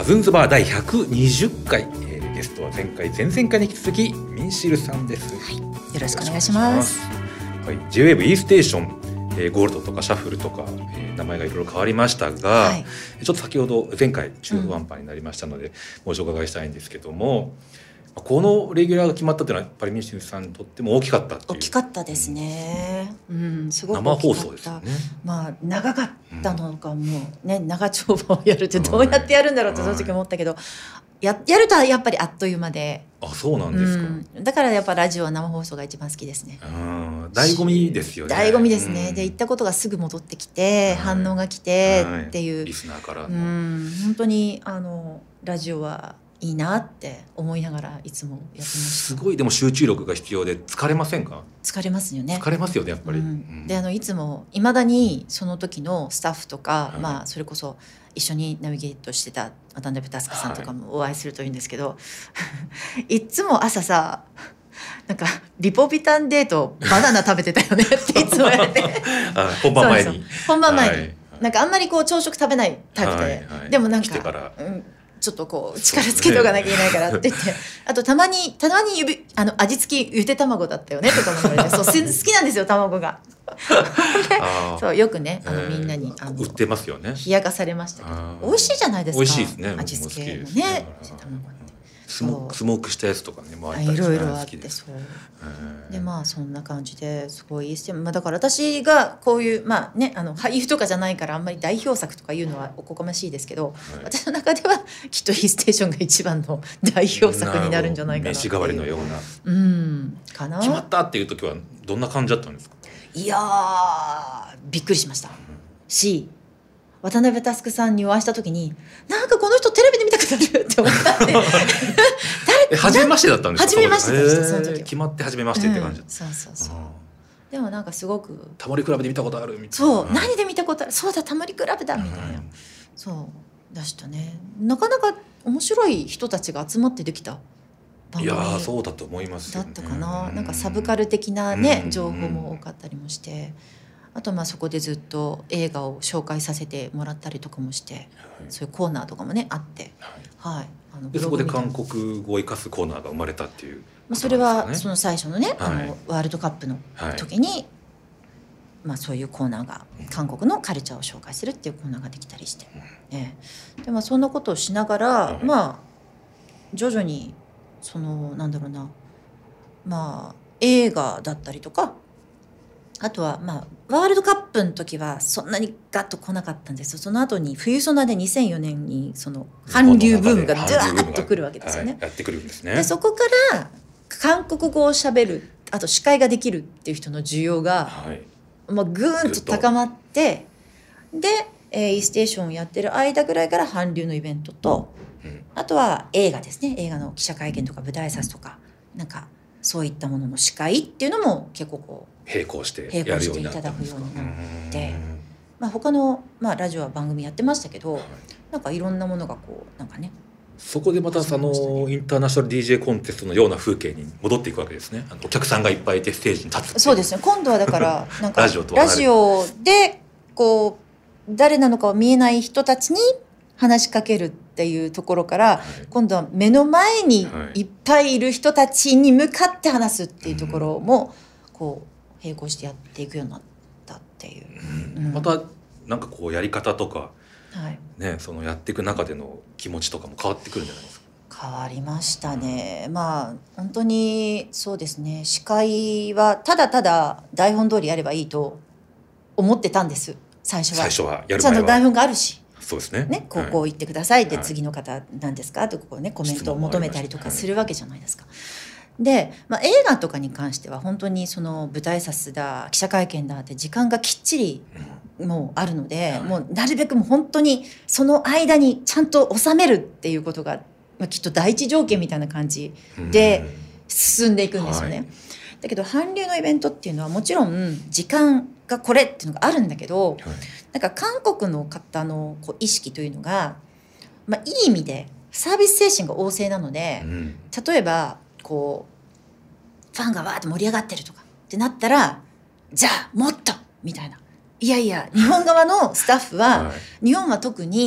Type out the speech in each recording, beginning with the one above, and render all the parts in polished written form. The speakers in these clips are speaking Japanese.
ズンズバー第120回、ゲストは前回前々回に引き続きミンシルさんです、 はい、よろしくお願いします。 はい、J-WAVE E ステーション、ゴールドとかシャッフルとか、名前がいろいろ変わりましたが、はい、ちょっと先ほど前回中途半端になりましたので、ご紹介したいんですけども、このレギュラーが決まったというのはやっぱりミンシルさんにとっても大きかったっていう。 大きかったですね、すごく生放送ですよね。 長かったのがもうね、長丁場をやるってどうやってやるんだろうってその時思ったけど、やるとやっぱりあっという間で。 あ、そうなんですか。 だからやっぱラジオは生放送が一番好きですね。 醍醐味ですよね。 醍醐味ですね。で行ったことがすぐ戻ってきて、反応が来てっていう、 リスナーからの本当にラジオはいいなって思いながらいつもやってました。 すごいでも集中力が必要で疲れませんか？ 疲れますよね。 疲れますよねやっぱり。 でいつもいまだにその時のスタッフとか、それこそ一緒にナビゲートしてた渡辺佑さんとかもお会いするといいんですけど、いつも朝さ、なんかリポビタンデートバナナ食べてたよねっていつも言われて本番前に本番前に、なんかあんまりこう朝食食べないタイプで、でもなんかちょっとこう力つけとかなきゃいけないからって言って、あとたまに味付きゆで卵だったよねとかも言われて、そう好きなんですよ卵がそうよくねみんなに売ってますよね。 冷やかされましたけど、美味しいじゃないですか。 美味しいですね。 味付けのね卵ってスモークしたやつとかねもあったりいろいろあって、そうでそんな感じですごいいいですよ。だから私がこういう俳優とかじゃないからあんまり代表作とかいうのはおこがましいですけど、私の中ではきっと「E ステーション」が一番の代表作になるんじゃないかなっていう。 名刺代わりのような、 かな。 決まったっていう時はどんな感じだったんですか？ いやびっくりしましたし、渡辺佑さんにお会いした時になんかこの人テレビで見たことあるって思ったんで初めましてだったんですか？ 初めましてでした、その時は。 決まって初めましてって感じ、 そうでもなんかすごくタモリクラブで見たことあるみたいな。 そう、何で見たことある、そうだタモリクラブだみたいな、そうだしたね。なかなか面白い人たちが集まってできた番組そうだと思いますよね。 だったかな。なんかサブカル的なね、情報も多かったりもして、あとそこでずっと映画を紹介させてもらったりとかもして、そういうコーナーとかもねあって、 でそこで韓国語を生かすコーナーが生まれたっていう、 それはその最初のね、ワールドカップの時に、そういうコーナーが韓国のカルチャーを紹介するっていうコーナーができたりして、でそんなことをしながら、徐々にその映画だったりとか、あとはワールドカップの時はそんなにガッと来なかったんですよ。その後に冬ソナで2004年にその韓流ブームがドワーッと来るわけですよね。 やってくるんですね。 でそこから韓国語をしゃべる、あと司会ができるっていう人の需要が、ぐーんと高まって、でE ステーションをやってる間ぐらいから韓流のイベントと、あとは映画ですね。映画の記者会見とか舞台挨拶とか、なんかそういったものの司会っていうのも結構こう並行していただくようになって、他の、ラジオは番組やってましたけど、なんかいろんなものがこうなんかね、 そこでまたインターナショナル DJ コンテストのような風景に戻っていくわけですね。お客さんがいっぱいいてステージに立つ。 そうですね。今度はだからなんかラジオでこう誰なのかを見えない人たちに話しかけるっていうところから、今度は目の前にいっぱいいる人たちに向かって話すっていうところもこう並行してやっていくようになったっていう、 またなんかこうやり方とか、そのやっていく中での気持ちとかも変わってくるんじゃないですか？ 変わりましたね。本当にそうですね。司会はただただ台本通りやればいいと思ってたんです。最初はやる前はちゃんと台本があるし、 そうですね。 こう言ってくださいで、次の方何ですかとこうねコメントを求めたりとかするわけじゃないですか。で、映画とかに関しては本当にその舞台挨拶だ記者会見だって時間がきっちりもうあるので、もうなるべくもう本当にその間にちゃんと収めるっていうことが、きっと第一条件みたいな感じで進んでいくんですよね。だけど韓流のイベントっていうのはもちろん時間がこれっていうのがあるんだけど、なんか韓国の方のこう意識というのが、いい意味でサービス精神が旺盛なので、例えばこうファンがわーって盛り上がってるとかってなったら、じゃあもっとみたいな、いやいや日本側のスタッフは、日本は特に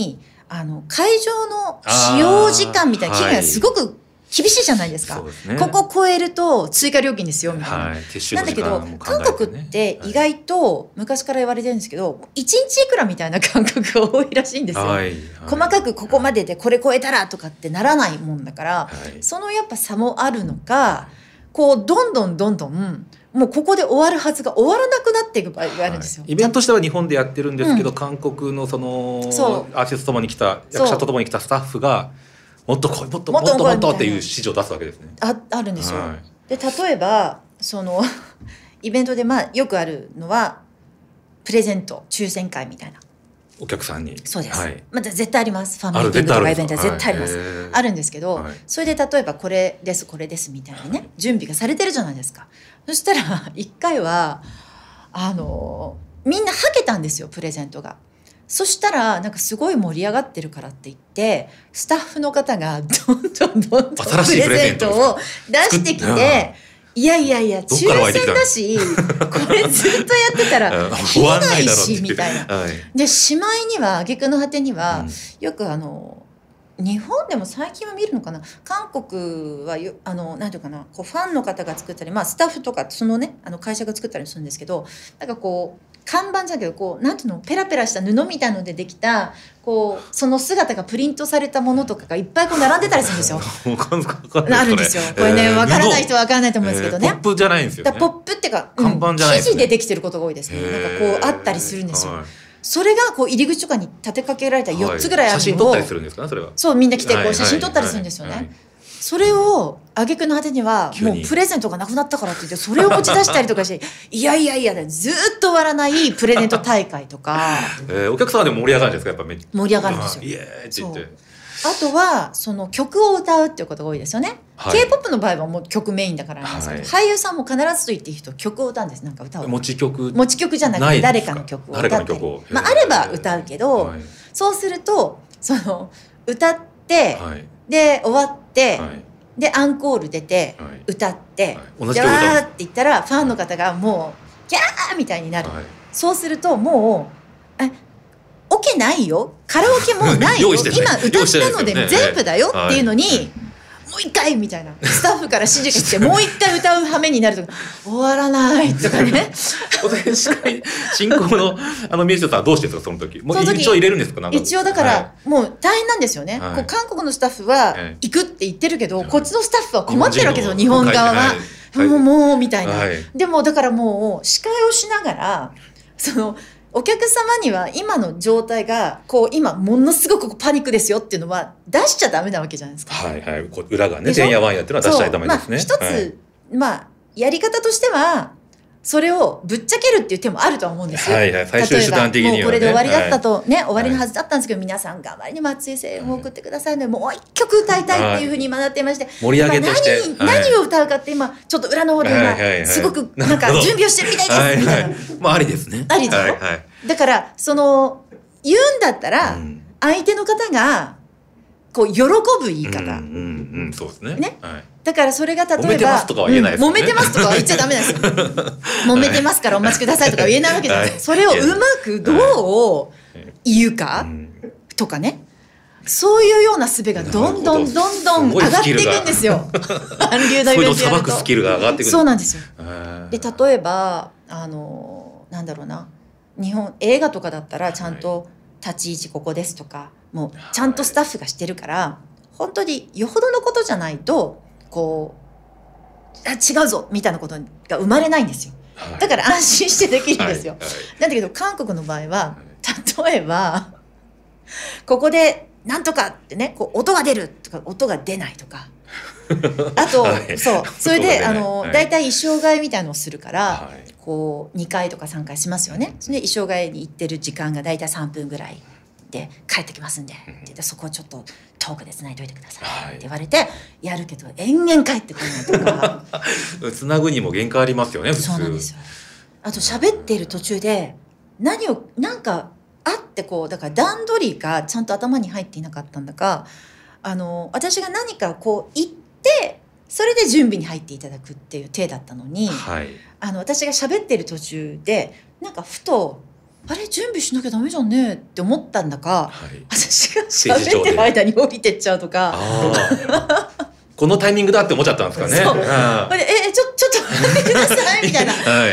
会場の使用時間みたいな期限がすごく厳しいじゃないですか。 そうですね、 ここ超えると追加料金ですよみたいな。 はい、 なんだけど、韓国って意外と昔から言われてるんですけど、1日いくらみたいな感覚が多いらしいんですよ。 はい、 細かくここまででこれ超えたらとかってならないもんだから、 はい、 そのやっぱ差もあるのか、こうどんどんもうここで終わるはずが終わらなくなっていく場合があるんですよ。 はい、イベントとしては日本でやってるんですけど、韓国のそのアーティストともに来た役者とともに来たスタッフがもっと来いもっとっていう指示を出すわけですね。 あるんですよ。 はい、 で例えばそのイベントでよくあるのはプレゼント抽選会みたいな。 お客さんに。 そうです、 はい、 絶対あります。ファンミーティングとかイベントは絶対あります、はい、あるんですけど、はい、それで例えばこれですみたいにね、はい、準備がされてるじゃないですか。そしたら一回はみんなはけたんですよ、プレゼントが。そしたらなんかすごい盛り上がってるからって言ってスタッフの方がどんどんプレゼントを出してきて、いや抽選だしこれずっとやってたら切れないしみたいな。でしまいには挙句の果てには、よく日本でも最近は見るのかな、韓国はなんていうかな、こうファンの方が作ったり、スタッフとかそのね会社が作ったりするんですけど、なんかこう看板じゃなくてこうなんていうの、ペラペラした布みたいのでできたこうその姿がプリントされたものとかがいっぱいこう並んでたりするんですよ。あるんですよ。これね、分からない人は分からないと思うんですけどね。 ポップじゃないんですよね。 ポップっていうか、 看板じゃないですね。 生地でできてることが多いですね。なんかこうあったりするんですよ。それがこう入り口とかに立てかけられた4つぐらいあるのを、 写真撮ったりするんですかね、それは。そう、 みんな来てこう写真撮ったりするんですよね。それを挙句の果てにはもうプレゼントがなくなったからって言ってそれを持ち出したりとかしていやずっと終わらないプレゼント大会とかお客さんでも盛り上がるんですか、やっぱ盛り上がるんですよ。 イエーイって言って。 あとはその曲を歌うっていうことが多いですよね。はい、K-POP の場合はもう曲メインだからなんですけど、俳優さんも必ずと言っていい人曲を歌うんです。なんか歌う持ち曲じゃなくて誰かの曲を歌ったり、あれば歌うけど、はい、そうするとその歌って、はい、で終わって、はい、でアンコール出て、はい、歌って、はい、でわーって言ったらファンの方がもうキャーみたいになる、はい、そうするともうオケないよ、カラオケもないよ今歌ったので全部だよっていうのに、はい、もう一回みたいなスタッフから指示が来てもう一回歌う羽目になるとか終わらないとかね進行のミュージシャンさんはどうしてるんですか、その時。もう一応入れるんですか。なんか一応だから、はい、もう大変なんですよね、はい、こう韓国のスタッフは行くって言ってるけど、はい、こっちのスタッフは困ってるわけですよ、日本側は、はい、もうみたいな、はい、でもだからもう司会をしながらそのお客様には今の状態がこう今ものすごくパニックですよっていうのは出しちゃダメなわけじゃないですか。 はいはい、こう裏がね、てんやわんやっていうのは出しちゃダメですね。 一つ、はい、やり方としてはそれをぶっちゃけるっていう手もあるとは思うんですよ。はいはい、 最終手段的には、ね、 もうこれで終わりだったとね、はい、終わりのはずだったんですけど、皆さんがあまりにも熱い声援を送ってくださるので、もう一曲歌いたいっていうふうに今なっていまして、 盛り上げとして、 何を歌うかって今ちょっと裏の方で今すごくなんか準備をしてるみたいですみたいな、 まあありですね。 ありですよ、はいはい、だからその言うんだったら、相手の方がこう喜ぶ言い方、 そうですね。 ね、 はい、 だからそれが例えば揉めてますとかは言えないですよね。 揉めてますとかは言っちゃダメなんですよ揉めてますからお待ちくださいとか言えないわけじゃないですか、はい、それをうまくどう言うかとかね、そういうような術がどんどん上がっていくんですよ韓流のイベントやると。そういうのをさばくスキルが上がっていく。 そうなんですよ。で例えばなんだろうな、日本映画とかだったらちゃんと立ち位置ここですとか、もうちゃんとスタッフがしてるから、本当によほどのことじゃないとこう違うぞみたいなことが生まれないんですよ。だから安心してできるんですよ。なんだけど韓国の場合は例えばここでなんとかってね、こう音が出るとか音が出ないとかあと、それでだいたい衣装替えみたいのをするから、こう2回とか3回しますよね。それで衣装替えに行ってる時間がだいたい3分ぐらいで帰ってきますんで、って言ってそこをちょっとトークでつないでおいてくださいって言われてやるけど、延々帰ってくるのとかつなぐにも限界ありますよね、普通。 そうなんですよ。あと喋っている途中でなんかあってこう、だから段取りがちゃんと頭に入っていなかったんだか、私が何かこう言ってそれで準備に入っていただくっていう体だったのに、はい、私が喋ってる途中でなんかふとあれ準備しなきゃダメじゃんねって思ったんだか、 はい、 私が喋ってる間に降りてっちゃうとか、 このタイミングだって思っちゃったんですかね。 そうでちょっと待ってくださいみたいな、はい、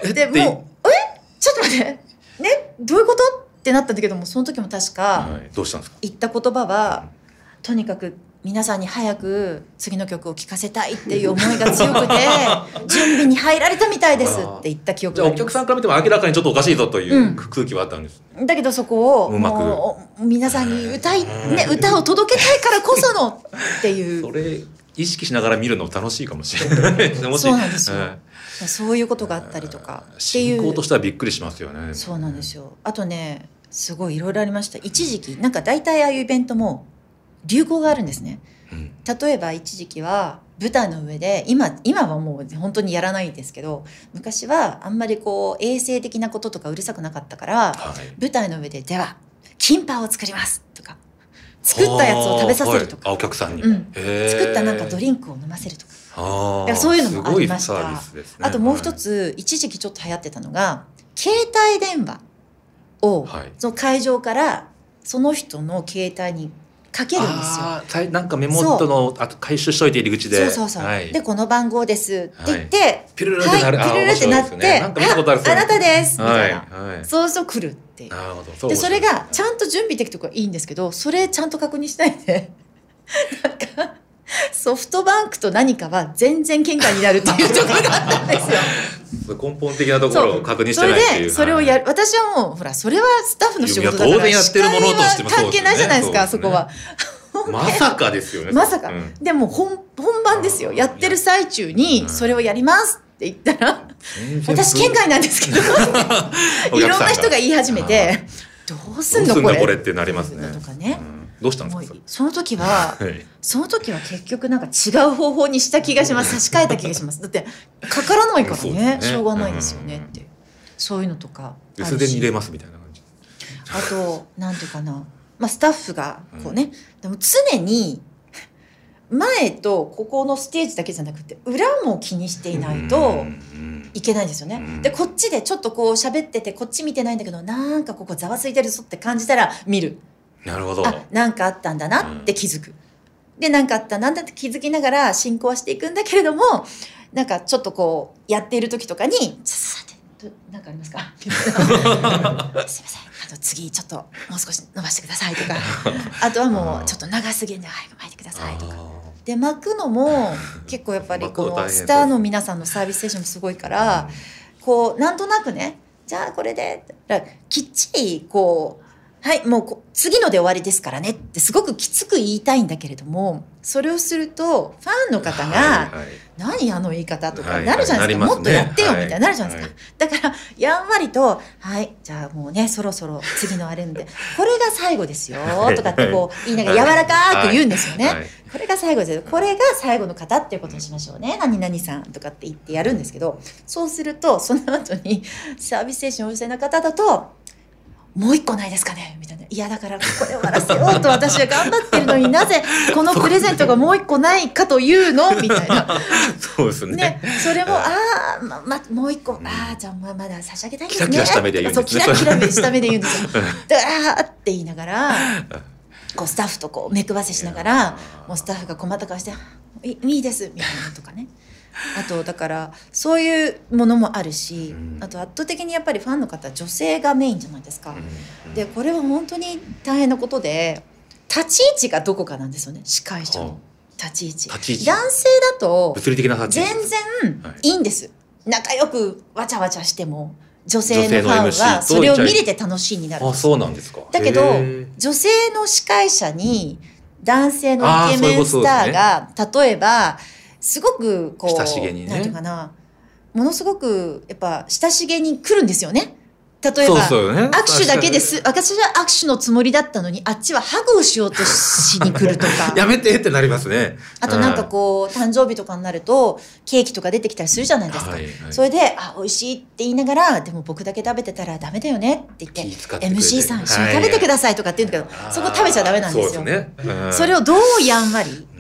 でもうちょっと待ってね、どういうことってなったんだけども、その時も確か、 はい、どうしたんですか。 言った言葉は、とにかく皆さんに早く次の曲を聴かせたいっていう思いが強くて準備に入られたみたいですって言った記憶があります。 じゃあお客さんから見ても明らかにちょっとおかしいぞという空気はあったんです、 だけどそこをもう皆さんに歌を届けたいからこそのっていうそれ意識しながら見るの楽しいかもしれないそうなんですよ、そういうことがあったりとかっていう、 進行としてはびっくりしますよね。 そうなんですよ。あとね、すごいいろいろありました。一時期なんか大体ああいうイベントも流行があるんですね、例えば一時期は舞台の上で、今はもう本当にやらないんですけど、昔はあんまりこう衛生的なこととかうるさくなかったから、はい、舞台の上でではキンパを作りますとか、作ったやつを食べさせるとか、 お客さんに、 作ったなんかドリンクを飲ませるとか、そういうのもありました。あともう一つ、一時期ちょっと流行ってたのが、携帯電話を、その会場からその人の携帯にかけるんですよ。 なんかメモットの回収しといて入り口で、 はい、でこの番号ですって言って、はい、 ピルルってなる、 ピルルってなって、 なんか見たことある、 あなたですみたいな、そうそう来るっていう。でそれがちゃんと準備できていいんですけど、それちゃんと確認しないでなんかソフトバンクと何かは全然喧嘩になるっていうところがあったんですよ。 根本的なところを確認してないっていう。 それを私はもうほら、それはスタッフの仕事だから、 当然やってるものとしても関係ないじゃないですか、そこは。 まさかですよね。 まさか、でも本番ですよ。やってる最中にそれをやりますって言ったら、私県外なんですけどいろんな人が言い始めて、どうすんのこれってなりますね。 とかね。 どうしたんですか。 その時は結局なんか違う方法にした気がします。差し替えた気がします。だってかからないからね、しょうがないですよねって、そういうのとか薄手に入れますみたいな感じ。 あとなんていうかな、スタッフがこうね、でも常に前とここのステージだけじゃなくて裏も気にしていないといけないんですよね。でこっちでちょっとこう喋っててこっち見てないんだけど、なんかここざわついてるぞって感じたら見る。 なるほど。 なんかあったんだなって気づく。でなんかあったなんだって気づきながら進行はしていくんだけれども、なんかちょっとこうやっている時とかにさてなんかありますかすいません、次ちょっともう少し伸ばしてくださいとかあとはもうちょっと長すぎるんで早く巻いてくださいとかで巻くのも結構やっぱりこのスターの皆さんのサービス精神もすごいから、こうなんとなくね、じゃあこれできっちりこう、はい、もう次ので終わりですからねってすごくきつく言いたいんだけれども、それをするとファンの方が何あの言い方とかなるじゃないですか、もっとやってよみたいになるじゃないですか。だからやんわりと、はいじゃあもうねそろそろ次のあるんでこれが最後ですよとかってこう言いながら柔らかく言うんですよね。これが最後ですよ、これが最後の方っていうことにしましょうね、何々さんとかって言ってやるんですけど、そうするとその後にサービス精神旺盛な方だと、もう一個ないですかねみたいな、いやだからここで終わらせようと私は頑張ってるのになぜこのプレゼントがもう一個ないかというのみたいなそうですね。 それももう一個じゃあまだ差し上げたいんですね。 キラキラした目で言うんですね。 キラキラした目で言うんですよ。だからって言いながらこうスタッフとこう目配せしながら、もうスタッフが困った顔していいですみたいなとかね。あとだからそういうものもあるし、あと圧倒的にやっぱりファンの方女性がメインじゃないですか。でこれは本当に大変なことで、立ち位置がどこかなんですよね、司会者の立ち位置。男性だと物理的な立ち位置全然いいんです、仲良くわちゃわちゃしても女性のファンはそれを見れて楽しいになるんです。 そうなんですか。 だけど女性の司会者に男性のイケメンスターが例えばすごくこう親しげにね、 なんていうかな、ものすごくやっぱ親しげに来るんですよね。例えば握手だけです、私は握手のつもりだったのにあっちはハグをしようとしに来るとかやめてってなりますね。 あとなんかこう誕生日とかになるとケーキとか出てきたりするじゃないですか、それで美味しいって言いながら、でも僕だけ食べてたらダメだよねって言って MC さん一緒に食べてくださいとかって言うんだけど、そこ食べちゃダメなんですよ、それをどうやんわり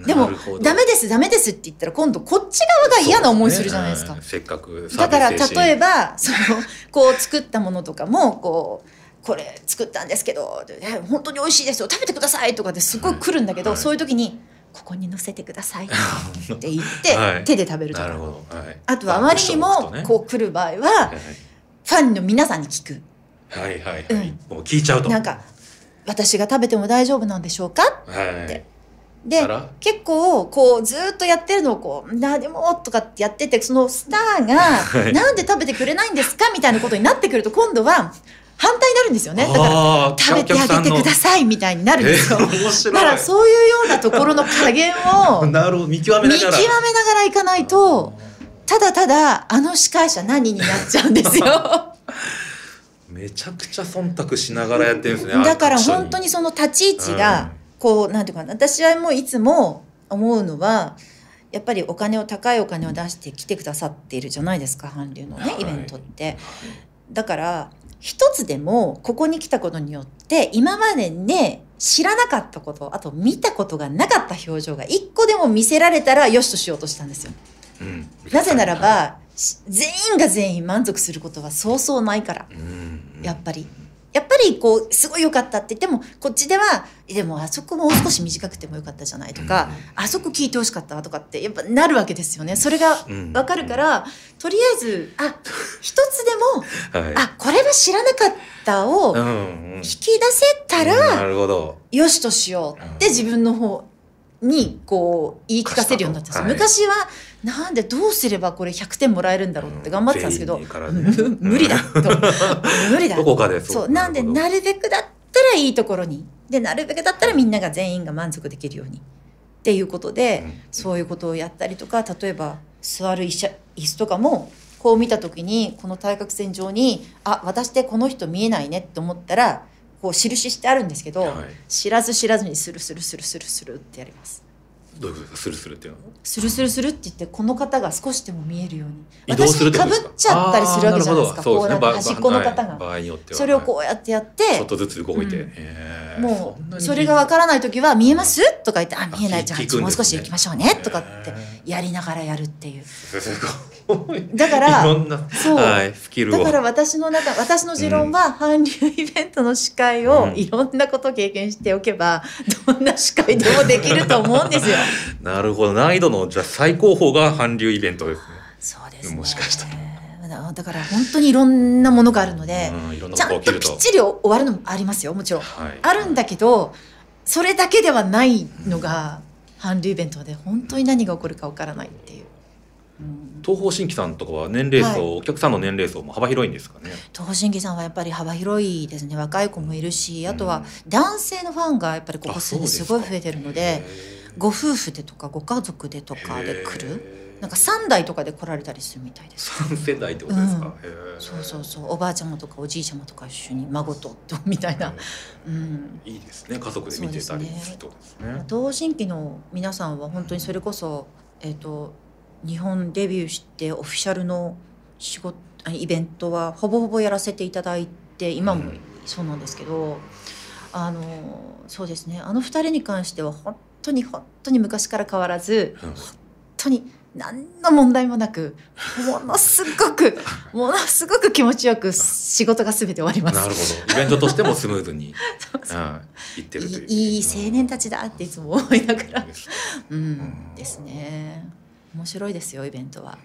でもダメですダメですって言ったら今度こっち側が嫌な思いするじゃないですか。 せっかくだから例えばこう作ったものとかもこれ作ったんですけど本当に美味しいですよ食べてくださいとかですごい来るんだけど、そういう時にここに乗せてくださいって言って手で食べるとか、あとはあまりにもこう来る場合はファンの皆さんに聞く。もう聞いちゃうと、なんか私が食べても大丈夫なんでしょうかって。で結構こうずっとやってるのをこうでもとかってやってて、そのスターがなんで食べてくれないんですかみたいなことになってくると今度は反対になるんですよね。だから食べてあげてくださいみたいになるんですよ。だからそういうようなところの加減を見極めながらいかないと、ただただ司会者何になっちゃうんですよ。 めちゃくちゃ忖度しながらやってるんですね。 だから本当にその立ち位置がこうなんていうかな、私はもういつも思うのはやっぱり高いお金を出して来てくださっているじゃないですか、韓流のねイベントって。だから一つでもここに来たことによって今までね知らなかったこと、あと見たことがなかった表情が一個でも見せられたらよしとしようとしたんですよ。なぜならば全員が全員満足することはそうそうないから、やっぱりこうすごい良かったって言ってもこっちではでもあそこもう少し短くてもよかったじゃないとか、あそこ聞いてほしかったとかってやっぱなるわけですよね。それが分かるから、とりあえず一つでも、これは知らなかったを引き出せたら、よしとしようって自分の方にこう言い聞かせるようになったんですよ。昔はなんでどうすればこれ100点もらえるんだろうって頑張ってたんですけど、無理だと無理だどこかでそうなんで、なるべくだったらいいところにで、なるべくだったらみんなが全員が満足できるようにっていうことで、そういうことをやったりとか、例えば座る椅子とかもこう見た時にこの対角線上に私でこの人見えないねって思ったらこう印してあるんですけど、知らずにスルスルってやります。 どういうことですか、スルスルっていうのは。 スルって言って、この方が少しでも見えるように移動するってことですか。 私にかぶっちゃったりするわけじゃないですか。こうなんか端っこの方が、 場合によってはそれをこうやってちょっとずつ動いて、 もうそれがわからない時は見えますとか言って、見えない、じゃあもう少し行きましょうねとかってやりながらやるっていう。だからそう、だから私の持論は、韓流イベントの司会をいろんなことを経験しておけば、どんな司会でもできると思うんですよ。 なるほど、難易度のじゃあ最高峰が韓流イベントですね。 そうですね。 もしかしたら。 だから本当にいろんなものがあるので、ちゃんときっちり終わるのもありますよ、もちろん。あるんだけど、それだけではないのが韓流イベントで、本当に何が起こるかわからないっていう。 東方神起さんとかは年齢層、お客さんの年齢層も幅広いんですかね。 東方神起さんはやっぱり幅広いですね。若い子もいるし、あとは男性のファンがやっぱりここ数年すごい増えてるので、ご夫婦でとかご家族でとかで来る、なんか3代とかで来られたりするみたいです。 3世代ってことですか。 そう、おばあちゃまとかおじいちゃまとか一緒に孫とみたいな、 いいですね、家族で見てたりするとですね。 東方神起の皆さんは本当にそれこそ、日本デビューしてオフィシャルのイベントはほぼほぼやらせていただいて、今もそうなんですけど、そうですね、2人に関しては本当に昔から変わらず、本当に何の問題もなく、ものすごく気持ちよく仕事が全て終わります。 なるほど、イベントとしてもスムーズにいってるという。 いい青年たちだっていつも思いながらですね。面白いですよ、イベントは。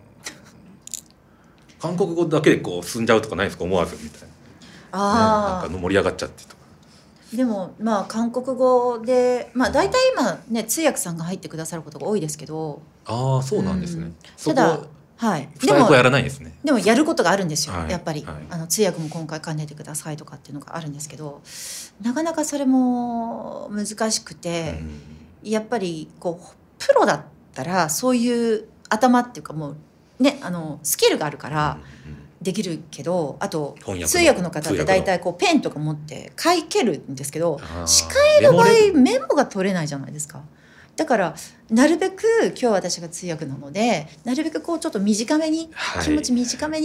韓国語だけでこう進んじゃうとかないですか、思わずみたいな。なんか盛り上がっちゃってとか。 でも韓国語で大体今ね通訳さんが入ってくださることが多いですけど。 そうなんですね。 ただでもやらないですね。 でもやることがあるんですよ、やっぱり。通訳も今回兼ねてくださいとかっていうのがあるんですけど、なかなかそれも難しくて、やっぱりこうプロだったらそういう頭っていうかもうねスキルがあるからできるけど、あと通訳の方って大体こうペンとか持って書けるんですけど、司会の場合メモが取れないじゃないですか。だからなるべく今日私が通訳なので、なるべくこうちょっと短めに、気持ち短めに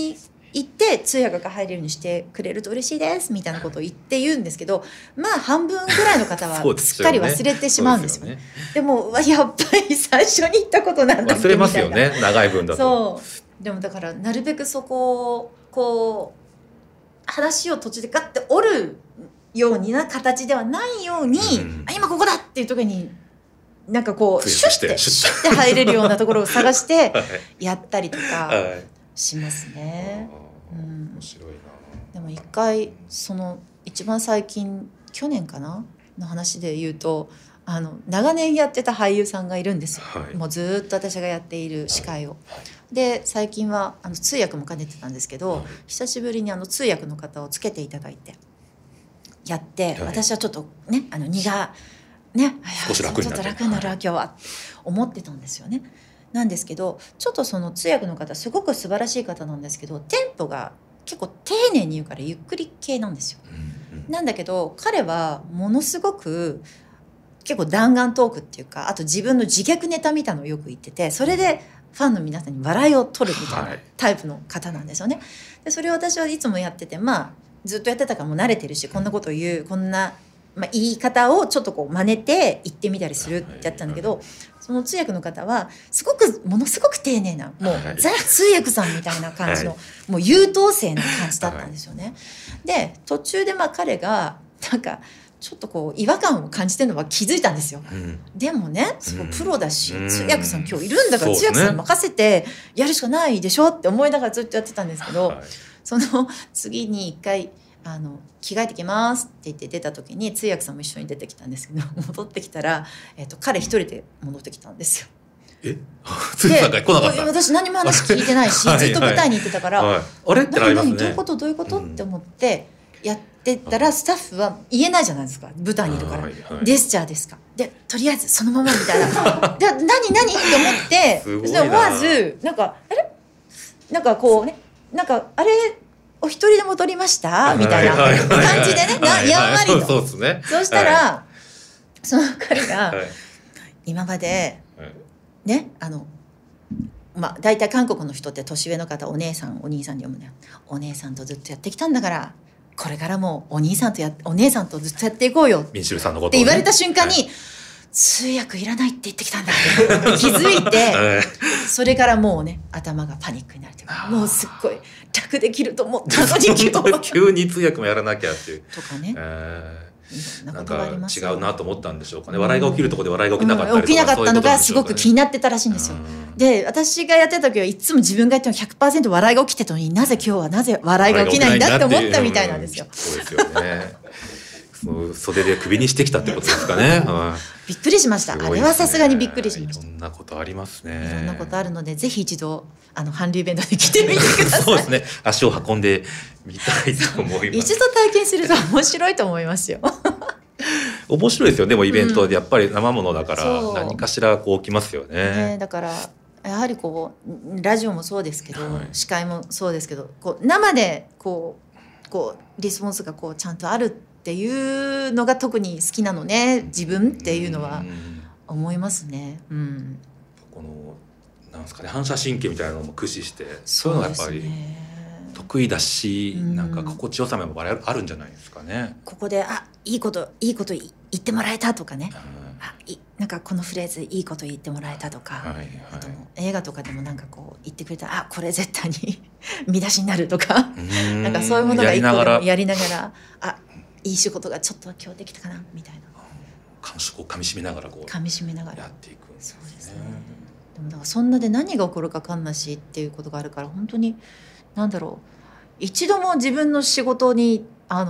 言って通訳が入れるようにしてくれると嬉しいですみたいなことを言うんですけど、まあ半分ぐらいの方はすっかり忘れてしまうんですよね。でもやっぱり最初に言ったことなんだっけみたいな。 忘れますよね、長い分だと。 そうでもだからなるべくそこをこう話を途中でガッて折るようにな形ではないように、今ここだっていう時になんかこうシュッて入れるようなところを探してやったりとかしますね。 面白いな。 でも一回その一番最近去年かなの話で言うと長年やってた俳優さんがいるんですよ、もうずっと私がやっている司会を。で最近は通訳も兼ねてたんですけど、久しぶりに通訳の方をつけていただいてやって、私はちょっとね荷がね少し楽になる、 ちょっと楽になるわ今日はって思ってたんですよね。なんですけどちょっとその通訳の方すごく素晴らしい方なんですけど、テンポが結構丁寧に言うからゆっくり系なんですよ。なんだけど彼はものすごく結構弾丸トークっていうか、あと自分の自虐ネタみたいのをよく言ってて、それでファンの皆さんに笑いを取るみたいなタイプの方なんですよね。でそれを私はいつもやってて、ずっとやってたからもう慣れてるし、こんなことを言うこんな、言い方をちょっとこう真似て言ってみたりするってやったんだけど、その通訳の方はものすごく丁寧なもうザ通訳さんみたいな感じの、もう優等生な感じだったんですよね。で途中で彼がなんかちょっとこう違和感を感じてるのは気づいたんですよ、でもねそこプロだし、通訳さん今日いるんだから通訳さんに任せてやるしかないでしょって思いながらずっとやってたんですけど、その次に一回着替えてきますって言って出た時に通訳さんも一緒に出てきたんですけど、戻ってきたら、彼一人で戻ってきたんですよ。 通訳が来なかった。 私何も話聞いてないしずっと舞台に行ってたから、 あれってなりますね。 どういうことって思ってやってたら、スタッフは言えないじゃないですか、舞台にいるから、ジェスチャーですかでとりあえずそのままみたいなで何って思って、思わずなんかなんかこうね、なんかお一人で戻りましたみたいな感じでね、やんわりと。そうしたらその彼が今までね大体韓国の人って年上の方お姉さんお兄さんに読むね、お姉さんとずっとやってきたんだからこれからもお姉さんとずっとやっていこうよって言われた瞬間に、通訳いらないって言ってきたんだって気づいてそれからもうね頭がパニックになるというか、もうすっごい楽できると思ったのに急に通訳もやらなきゃっていうとかね、 なんか違うなと思ったんでしょうかね。笑いが起きるところで笑いが起きなかったりとか、 起きなかったのがすごく気になってたらしいんですよ。で私がやってた時はいつも自分がやっても 100% 笑いが起きてたのに、なぜ今日はなぜ笑いが起きないんだって思ったみたいなんですよ。 そうですよね。袖で首にしてきたってことですかね。 びっくりしました。あれはさすがにびっくりしました。 いろんなことありますね。 いろんなことあるので、ぜひ一度韓流イベントに来てみてください。 そうですね。足を運んでみたいと思います。 一度体験すると面白いと思いますよ。 面白いですよ。でもイベントでやっぱり生ものだから何かしらこう起きますよね。 だからやはりこうラジオもそうですけど、司会もそうですけど、こう生でこうリスポンスがこうちゃんとあるっていうのが特に好きなのね、自分っていうのは思いますね。 このなんですかね、反射神経みたいなのも駆使して、そういうのがやっぱり得意だし、なんか心地よさもあるんじゃないですかね。 ここでいいこと言ってもらえたとかね、なんかこのフレーズいいこと言ってもらえたとか、あと映画とかでもなんかこう言ってくれたこれ絶対に見出しになるとか、なんかそういうものが一個でもやりながらいい仕事がちょっと今日できたかなみたいな感触をかみしめながらやっていくんですね。 そうですね。でもだからそんなで何が起こるか分かんないしっていうことがあるから、本当になんだろう、一度も自分の仕事に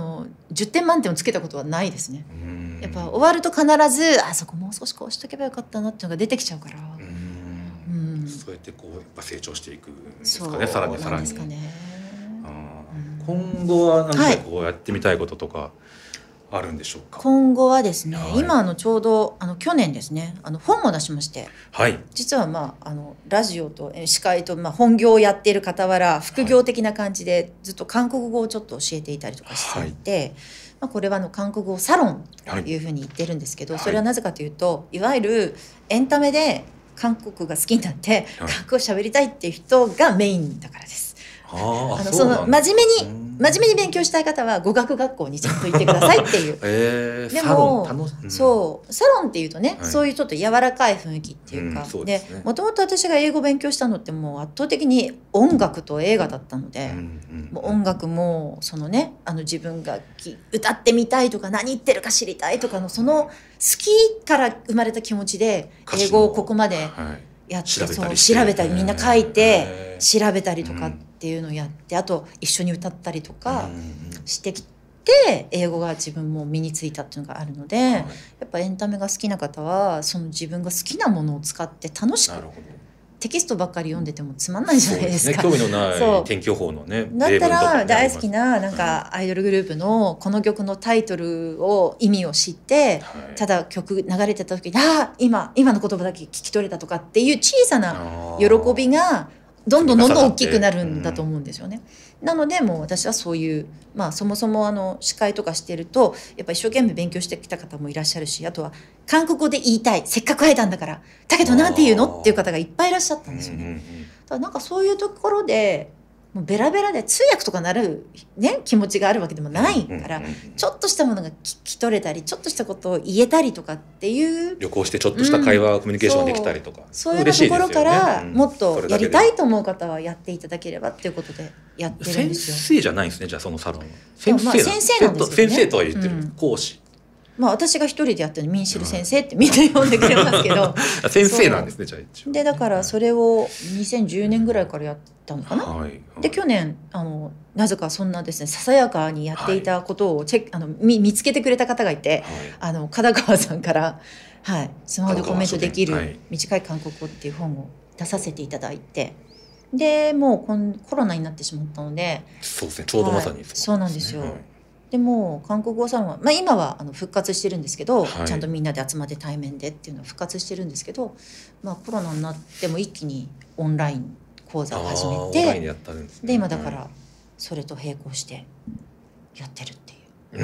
10点満点をつけたことはないですね。やっぱ終わると必ずそこもう少しこうしとけばよかったなっていうのが出てきちゃうから、 そうやってこうやっぱ成長していくんですかね。さらにですかね。 今後は何かこうやってみたいこととかあるんでしょうか。 今後はですね、今ちょうど去年ですね本も出しまして、実はラジオと司会と本業をやっている傍ら副業的な感じでずっと韓国語をちょっと教えていたりとかしていて、これは韓国語サロンというふうに言ってるんですけど、それはなぜかというと、いわゆるエンタメで韓国が好きになって韓国語を喋りたいっていう人がメインだからです。 その真面目に勉強したい方は語学学校にちゃんと行ってくださいっていうでもそうサロンっていうとね、そういうちょっと柔らかい雰囲気っていうか、でもともと私が英語を勉強したのってもう圧倒的に音楽と映画だったので、もう音楽もそのね自分が歌ってみたいとか何言ってるか知りたいとかのその好きから生まれた気持ちで英語をここまでやって、調べたりみんな書いて調べたりとかっていうのをやって、あと一緒に歌ったりとかしてきて英語が自分も身についたっていうのがあるので、やっぱエンタメが好きな方はその自分が好きなものを使って楽しく、テキストばっかり読んでてもつまんないじゃないですか。 興味のない天気予報のね。 だったら大好きななんかアイドルグループのこの曲のタイトルを意味を知って、ただ曲流れてた時に今の言葉だけ聞き取れたとかっていう小さな喜びがどんどん大きくなるんだと思うんですよね。なのでもう私はそういうそもそも司会とかしてるとやっぱ一生懸命勉強してきた方もいらっしゃるし、あとは韓国語で言いたい、せっかく会えたんだからだけどなんて言うのっていう方がいっぱいいらっしゃったんですよね。だからなんかそういうところでもうベラベラで通訳とかなる、ね、気持ちがあるわけでもないから、ちょっとしたものが聞き取れたりちょっとしたことを言えたりとかっていう、 旅行してちょっとした会話、コミュニケーションできたりとか、 そういうところからもっとやりたいと思う方はやっていただければっていうことでやってるんですよ。 先生じゃないんですね、じゃあそのサロンは。 先生なんですよね。 先生とは言ってる、講師。 私が一人でやってるのミンシル先生ってみんな呼んでくれますけど先生なんですね、じゃあ一応。 でだからそれを2010年ぐらいからやったのかな、で去年なぜかそんなですねささやかにやっていたことを見つけてくれた方がいて、片川さんから、スマホでコメントできる短い韓国語っていう本を出させていただいて、でもうコロナになってしまったので、 そうですね、ちょうどまさにそうなんですよ。でも韓国語サロンは、今は復活してるんですけど、ちゃんとみんなで集まって対面でっていうのは復活してるんですけど、コロナになっても一気にオンライン講座を始めて、で今だからそれと並行してやってるっていう。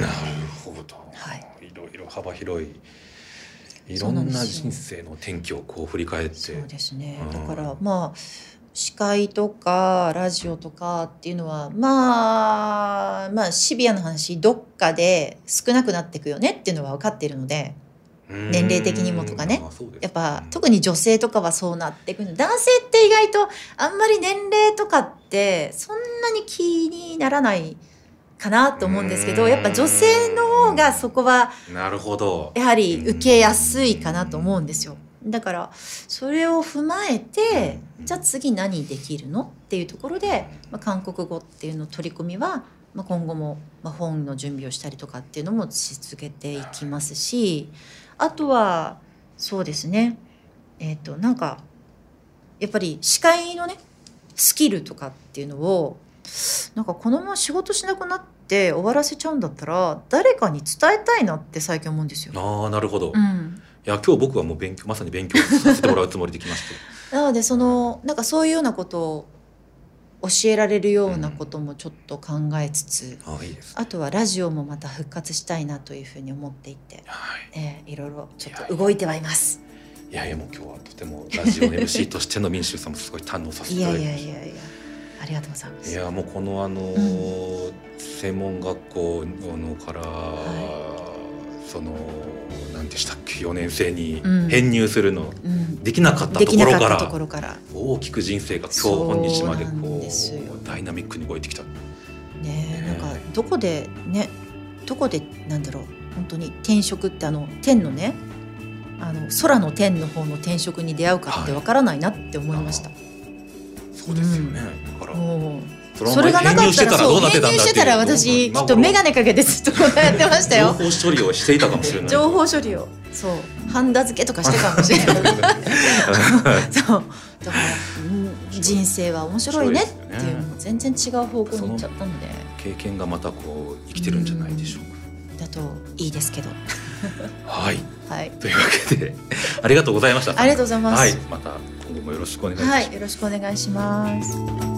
なるほど、いろいろ幅広いいろんな人生の転機をこう振り返って。 そうですね、だから司会とかラジオとかっていうのはシビアな話どっかで少なくなっていくよねっていうのは分かっているので、年齢的にもとかね、やっぱ特に女性とかはそうなっていくので、男性って意外とあんまり年齢とかってそんなに気にならないかなと思うんですけど、やっぱ女性の方がそこはやはり受けやすいかなと思うんですよ。だからそれを踏まえて、じゃあ次何できるのっていうところで、韓国語っていうの取り組みは、今後も本の準備をしたりとかっていうのもし続けていきますし、あとはそうですね、なんかやっぱり司会のねスキルとかっていうのをなんかこのまま仕事しなくなって終わらせちゃうんだったら誰かに伝えたいなって最近思うんですよ。 なるほど、いや今日僕はもうまさに勉強させてもらうつもりできましてなのでなんかそういうようなことを教えられるようなこともちょっと考えつつ、あとはラジオもまた復活したいなというふうに思っていて、いろいろちょっと動いてはいます。 いやもう今日はとてもラジオ MC としての民衆さんもすごい堪能させていただいて、 ありがとうございます。 いやもうこの専門学校から、その何でしたっけ、4年生に編入するの、できなかったところから大きく人生が今日日までこうダイナミックに動いてきた。 なんかどこでなんだろう、本当に転職って天のね空の天の方の転職に出会うかってわからないなって思いました。 そうですよね。だからそれがなかったら編入してたら私きっと眼鏡かけてずっとこうやってましたよ。 情報処理をしていたかもしれない。 情報処理をハンダ付けとかしてかもしれないそうだから人生は面白いねっていうのも全然違う方向に行っちゃったので、 経験がまたこう生きてるんじゃないでしょうか。 だといいですけどはい、というわけでありがとうございました。 ありがとうございます。 また今後もよろしくお願いします。 よろしくお願いします。